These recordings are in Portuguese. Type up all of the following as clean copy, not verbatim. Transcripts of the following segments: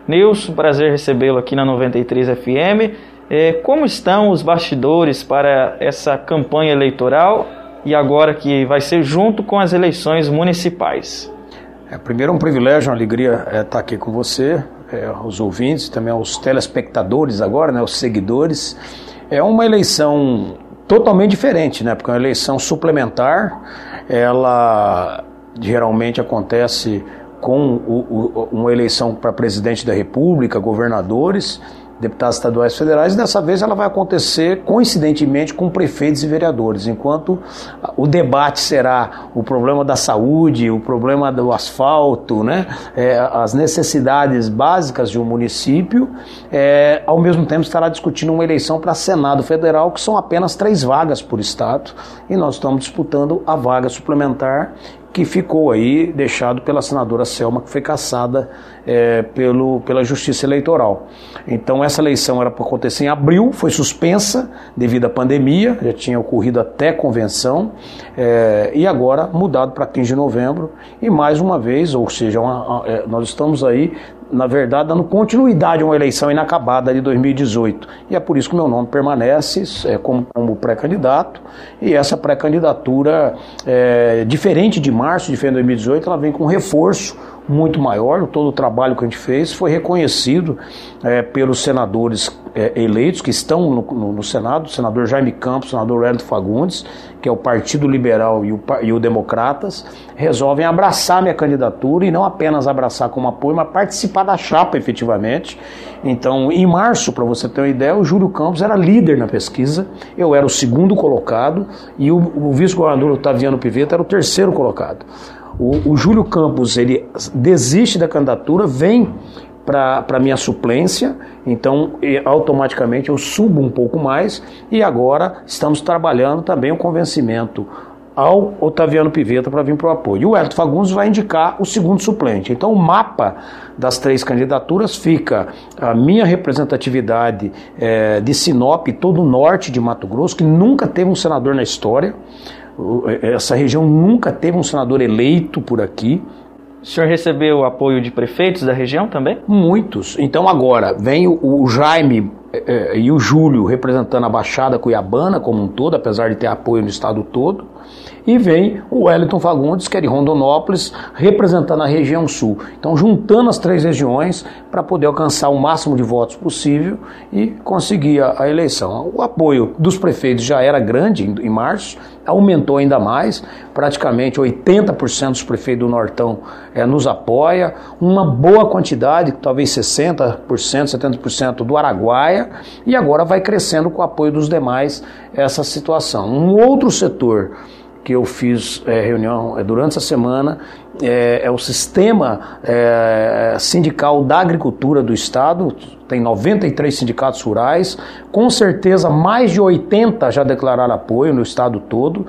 Nilson, prazer recebê-lo aqui na 93 FM. Como estão os bastidores para essa campanha eleitoral e agora que vai ser junto com as eleições municipais? Primeiro, um privilégio, uma alegria estar aqui com você, os ouvintes, também os telespectadores agora, né, os seguidores. É uma eleição totalmente diferente, né, porque é uma eleição suplementar, ela geralmente acontece com uma eleição para presidente da República, governadores, deputados estaduais federais, e dessa vez ela vai acontecer coincidentemente com prefeitos e vereadores, enquanto o debate será o problema da saúde, o problema do asfalto, né, as necessidades básicas de um município, ao mesmo tempo estará discutindo uma eleição para Senado Federal, que são apenas 3 vagas por estado, e nós estamos disputando a vaga suplementar que ficou aí deixado pela senadora Selma, que foi cassada pela Justiça Eleitoral. Então essa eleição era para acontecer em abril, foi suspensa devido à pandemia, já tinha ocorrido até convenção, e agora mudado para 15 de novembro, e mais uma vez, ou seja, nós estamos aí, na verdade, dando continuidade a uma eleição inacabada de 2018. E é por isso que o meu nome permanece como pré-candidato, e essa pré-candidatura, diferente de março, diferente de 2018, ela vem com um reforço muito maior. Todo o trabalho que a gente fez foi reconhecido pelos senadores eleitos que estão no Senado, o senador Jaime Campos, o senador Wellington Fagundes, que é o Partido Liberal e o Democratas, resolvem abraçar minha candidatura, e não apenas abraçar como apoio, mas participar da chapa efetivamente. Então, em março, para você ter uma ideia, o Júlio Campos era líder na pesquisa, eu era o 2º colocado, e o vice-governador Otaviano Pivetta era o 3º colocado. O Júlio Campos, ele desiste da candidatura, vem para minha suplência, então automaticamente eu subo um pouco mais, e agora estamos trabalhando também o convencimento ao Otaviano Pivetta para vir para o apoio. E o Wellington Fagundes vai indicar o 2º suplente. Então o mapa das 3 candidaturas fica a minha representatividade de Sinop, todo o norte de Mato Grosso, que nunca teve um senador na história. Essa região nunca teve um senador eleito por aqui. O senhor recebeu o apoio de prefeitos da região também? Muitos. Então agora vem o Jaime e o Júlio representando a Baixada Cuiabana como um todo, apesar de ter apoio no estado todo. E vem o Wellington Fagundes, que é de Rondonópolis, representando a região sul. Então, juntando as 3 regiões para poder alcançar o máximo de votos possível e conseguir a eleição. O apoio dos prefeitos já era grande em março, aumentou ainda mais, praticamente 80% dos prefeitos do Nortão nos apoia, uma boa quantidade, talvez 60%, 70% do Araguaia, e agora vai crescendo com o apoio dos demais essa situação. Um outro setor que eu fiz reunião durante essa semana, é o sistema sindical da agricultura do estado. Tem 93 sindicatos rurais, com certeza mais de 80 já declararam apoio no estado todo,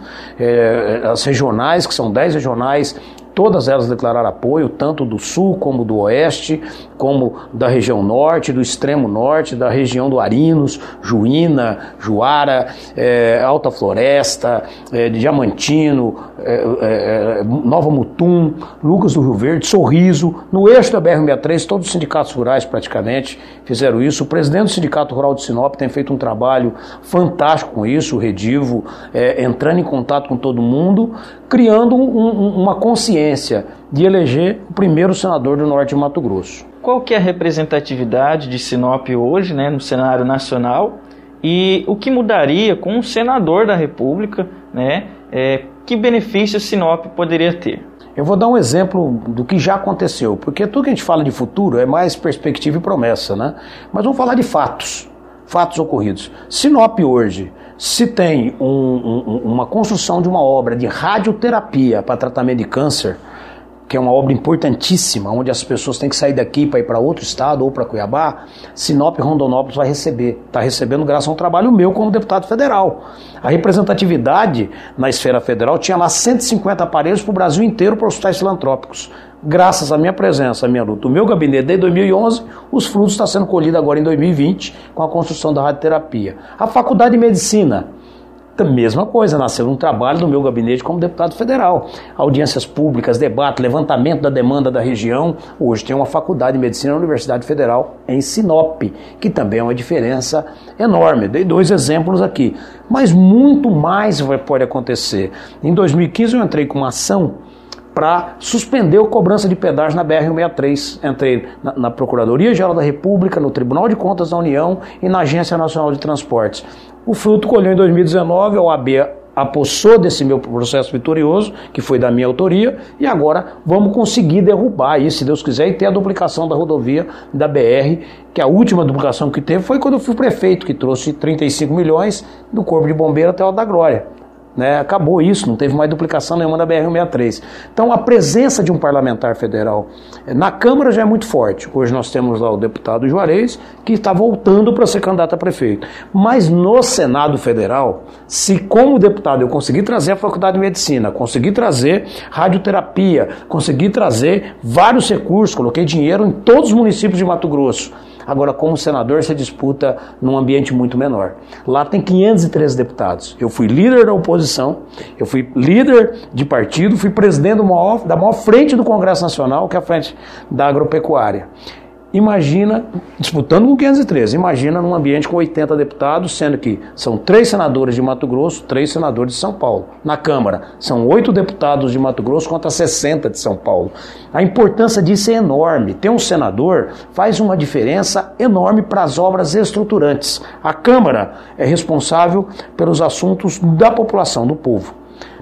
as regionais, que são 10 regionais, todas elas declararam apoio, tanto do sul como do oeste, como da região norte, do extremo norte, da região do Arinos, Juína, Juara, Alta Floresta, Diamantino, Nova Mutum, Lucas do Rio Verde, Sorriso, no eixo da BR-163, todos os sindicatos rurais praticamente fizeram isso. O presidente do Sindicato Rural de Sinop tem feito um trabalho fantástico com isso, o Redivo, entrando em contato com todo mundo, criando uma consciência de eleger o primeiro senador do norte de Mato Grosso. Qual que é a representatividade de Sinop hoje, né, no cenário nacional, e o que mudaria com um senador da República, né, que benefício Sinop poderia ter? Eu vou dar um exemplo do que já aconteceu, porque tudo que a gente fala de futuro é mais perspectiva e promessa, né? Mas vamos falar de fatos ocorridos. Sinop hoje, se tem uma construção de uma obra de radioterapia para tratamento de câncer, que é uma obra importantíssima, onde as pessoas têm que sair daqui para ir para outro estado ou para Cuiabá, Sinop e Rondonópolis vai receber. Está recebendo graças a um trabalho meu como deputado federal. A representatividade na esfera federal tinha lá 150 aparelhos para o Brasil inteiro para hospitais filantrópicos. Graças à minha presença, à minha luta, o meu gabinete desde 2011, os frutos estão sendo colhidos agora em 2020 com a construção da radioterapia. A Faculdade de Medicina A mesma coisa, nasceu um trabalho do meu gabinete como deputado federal. Audiências públicas, debate, levantamento da demanda da região. Hoje tem uma faculdade de medicina na Universidade Federal em Sinop, que também é uma diferença enorme. Dei 2 exemplos aqui. Mas muito mais pode acontecer. Em 2015 eu entrei com uma ação para suspender a cobrança de pedágio na BR-163. Entrei na Procuradoria-Geral da República, no Tribunal de Contas da União e na Agência Nacional de Transportes. O fruto colheu em 2019, a OAB apossou desse meu processo vitorioso, que foi da minha autoria, e agora vamos conseguir derrubar isso, se Deus quiser, e ter a duplicação da rodovia da BR, que a última duplicação que teve foi quando eu fui prefeito, que trouxe 35 milhões do Corpo de Bombeiro até o da Glória. Acabou isso, não teve mais duplicação nenhuma da BR-163. Então a presença de um parlamentar federal na Câmara já é muito forte. Hoje nós temos lá o deputado Juarez, que está voltando para ser candidato a prefeito. Mas no Senado Federal, se como deputado eu conseguir trazer a Faculdade de Medicina, conseguir trazer radioterapia, conseguir trazer vários recursos, coloquei dinheiro em todos os municípios de Mato Grosso. Agora, como senador, você disputa num ambiente muito menor. Lá tem 513 deputados. Eu fui líder da oposição, eu fui líder de partido, fui presidente da maior frente do Congresso Nacional, que é a frente da agropecuária. Imagina, disputando com 513, imagina num ambiente com 80 deputados, sendo que são 3 senadores de Mato Grosso, 3 senadores de São Paulo. Na Câmara, são 8 deputados de Mato Grosso contra 60 de São Paulo. A importância disso é enorme. Ter um senador faz uma diferença enorme para as obras estruturantes. A Câmara é responsável pelos assuntos da população, do povo.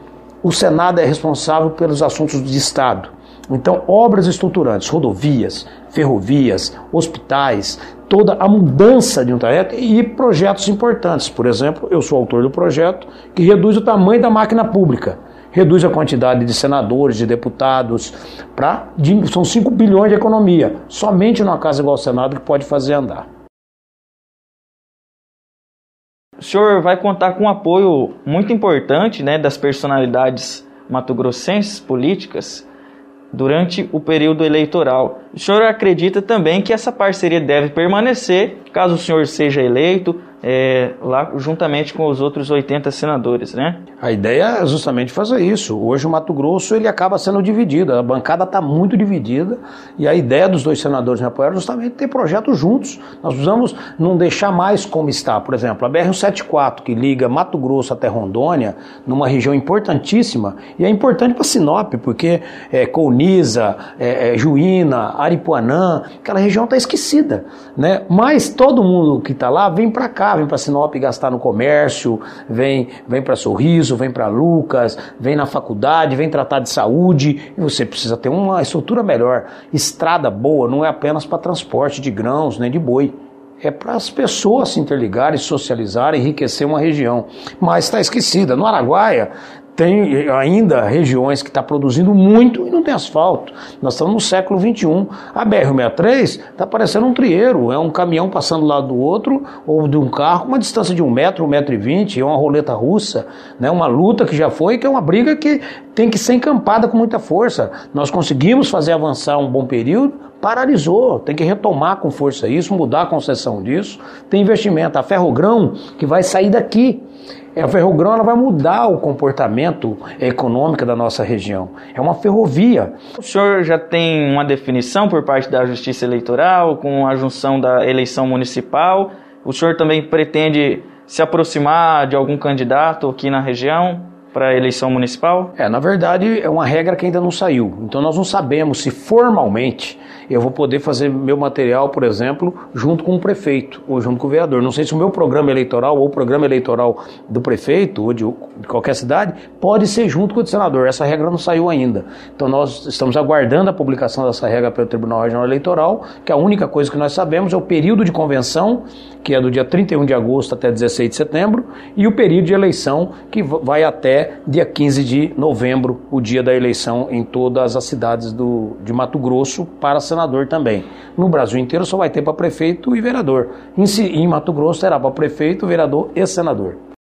O Senado é responsável pelos assuntos de Estado. Então, obras estruturantes, rodovias, ferrovias, hospitais, toda a mudança de um trajeto e projetos importantes. Por exemplo, eu sou autor do projeto que reduz o tamanho da máquina pública, reduz a quantidade de senadores, de deputados, são 5 bilhões de economia, somente numa casa igual ao Senado que pode fazer andar. O senhor vai contar com um apoio muito importante, das personalidades matogrossenses políticas durante o período eleitoral. O senhor acredita também que essa parceria deve permanecer caso o senhor seja eleito lá juntamente com os outros 80 senadores, né? A ideia é justamente fazer isso. Hoje o Mato Grosso ele acaba sendo dividido, a bancada está muito dividida e a ideia dos 2 senadores me apoiaram justamente ter projetos juntos. Nós precisamos não deixar mais como está. Por exemplo, a BR-174 que liga Mato Grosso até Rondônia, numa região importantíssima, e é importante para Sinop, porque Colniza, Juína, Aripuanã, aquela região está esquecida, né? Mas todo mundo que está lá vem para cá, vem para Sinop gastar no comércio, vem para Sorriso, vem para Lucas, vem na faculdade, vem tratar de saúde, e você precisa ter uma estrutura melhor. Estrada boa não é apenas para transporte de grãos nem de boi, é para as pessoas se interligarem, socializarem, enriquecer uma região, mas está esquecida. No Araguaia tem ainda regiões que estão produzindo muito e não tem asfalto. Nós estamos no século XXI. A BR-163 está parecendo um trieiro, é um caminhão passando do lado do outro, ou de um carro, uma distância de 1 metro, 1,20 m, é uma roleta russa, né? Uma luta que já foi, que é uma briga que tem que ser encampada com muita força. Nós conseguimos fazer avançar um bom período, paralisou, tem que retomar com força isso, mudar a concessão disso, tem investimento. A Ferrogrão, que vai sair daqui, a Ferrogrão ela vai mudar o comportamento econômico da nossa região. É uma ferrovia. O senhor já tem uma definição por parte da Justiça Eleitoral, com a junção da eleição municipal? O senhor também pretende se aproximar de algum candidato aqui na região para a eleição municipal? Na verdade, é uma regra que ainda não saiu. Então nós não sabemos se formalmente eu vou poder fazer meu material, por exemplo, junto com o prefeito ou junto com o vereador. Não sei se o meu programa eleitoral ou o programa eleitoral do prefeito ou de qualquer cidade pode ser junto com o do senador. Essa regra não saiu ainda. Então nós estamos aguardando a publicação dessa regra pelo Tribunal Regional Eleitoral, que a única coisa que nós sabemos é o período de convenção, que é do dia 31 de agosto até 16 de setembro, e o período de eleição, que vai até dia 15 de novembro, o dia da eleição em todas as cidades de Mato Grosso, para senador também. No Brasil inteiro só vai ter para prefeito e vereador. Em Mato Grosso terá para prefeito, vereador e senador.